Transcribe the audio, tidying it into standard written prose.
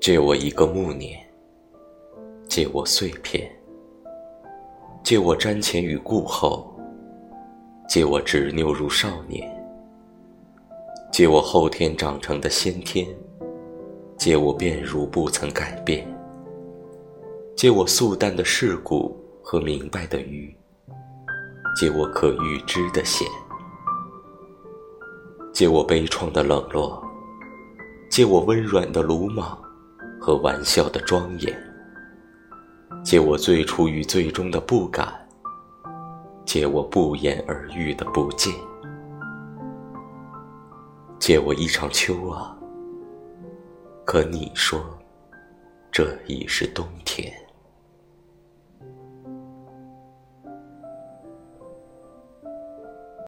借我一个暮年，借我碎片，借我瞻前与顾后，借我执拗如少年，借我后天长成的先天，借我变如不曾改变，借我素淡的世故和明白的愚，借我可预知的险，借我悲怆的冷落，借我温软的鲁莽和玩笑的庄严，借我最初与最终的不敢，借我不言而喻的不见，借我一场秋啊，可你说这已是冬天。